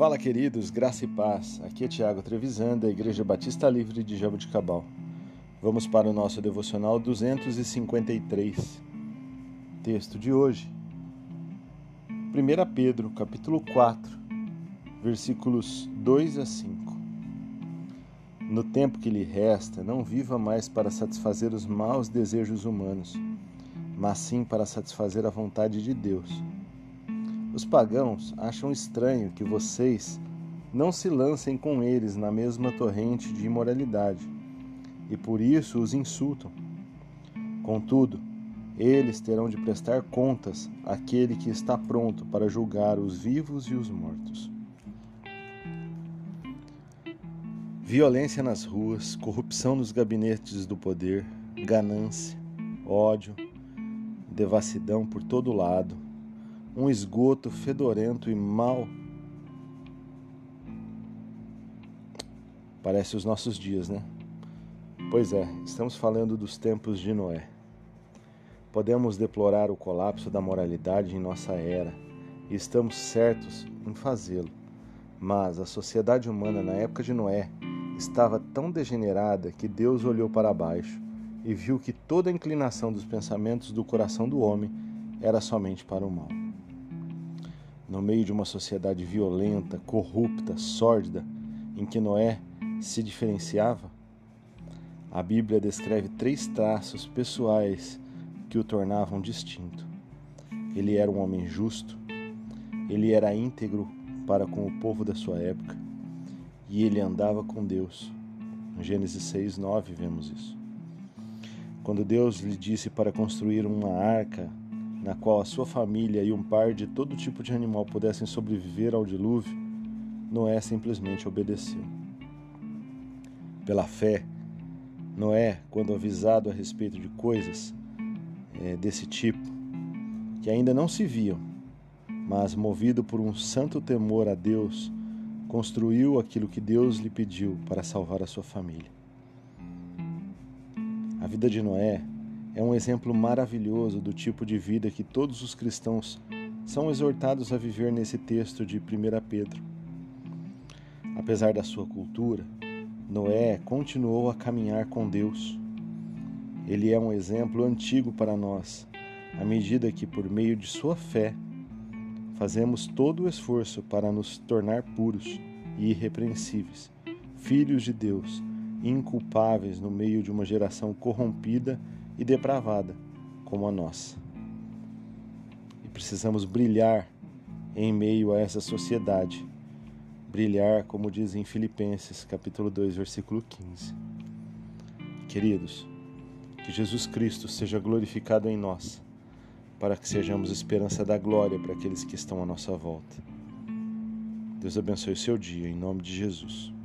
Fala, queridos, graça e paz. Aqui é Tiago Trevisan, da Igreja Batista Livre de Jaboticabal. Vamos para o nosso devocional 253. Texto de hoje, 1 Pedro, capítulo 4, versículos 2 a 5. No tempo que lhe resta, não viva mais para satisfazer os maus desejos humanos, mas sim para satisfazer a vontade de Deus. Os pagãos acham estranho que vocês não se lancem com eles na mesma torrente de imoralidade, e por isso os insultam. Contudo, eles terão de prestar contas àquele que está pronto para julgar os vivos e os mortos. Violência nas ruas, corrupção nos gabinetes do poder, ganância, ódio, devassidão por todo lado, um esgoto fedorento e mau. Parece os nossos dias, né? Pois é, estamos falando dos tempos de Noé. Podemos deplorar o colapso da moralidade em nossa era, e estamos certos em fazê-lo. Mas a sociedade humana na época de Noé estava tão degenerada que Deus olhou para baixo e viu que toda a inclinação dos pensamentos do coração do homem era somente para o mal. No meio de uma sociedade violenta, corrupta, sórdida, em que Noé se diferenciava, a Bíblia descreve 3 traços pessoais que o tornavam distinto. Ele era um homem justo, ele era íntegro para com o povo da sua época e ele andava com Deus. Em Gênesis 6:9 vemos isso. Quando Deus lhe disse para construir uma arca na qual a sua família e um par de todo tipo de animal pudessem sobreviver ao dilúvio, Noé simplesmente obedeceu. Pela fé, Noé, quando avisado a respeito de coisas desse tipo, que ainda não se viam, mas movido por um santo temor a Deus, construiu aquilo que Deus lhe pediu para salvar a sua família. A vida de Noé é um exemplo maravilhoso do tipo de vida que todos os cristãos são exortados a viver nesse texto de 1 Pedro. Apesar da sua cultura, Noé continuou a caminhar com Deus. Ele é um exemplo antigo para nós, à medida que, por meio de sua fé, fazemos todo o esforço para nos tornar puros e irrepreensíveis, filhos de Deus, inculpáveis no meio de uma geração corrompida e depravada como a nossa. E precisamos brilhar em meio a essa sociedade. Brilhar, como diz em Filipenses, capítulo 2, versículo 15. Queridos, que Jesus Cristo seja glorificado em nós, para que sejamos esperança da glória para aqueles que estão à nossa volta. Deus abençoe o seu dia, em nome de Jesus.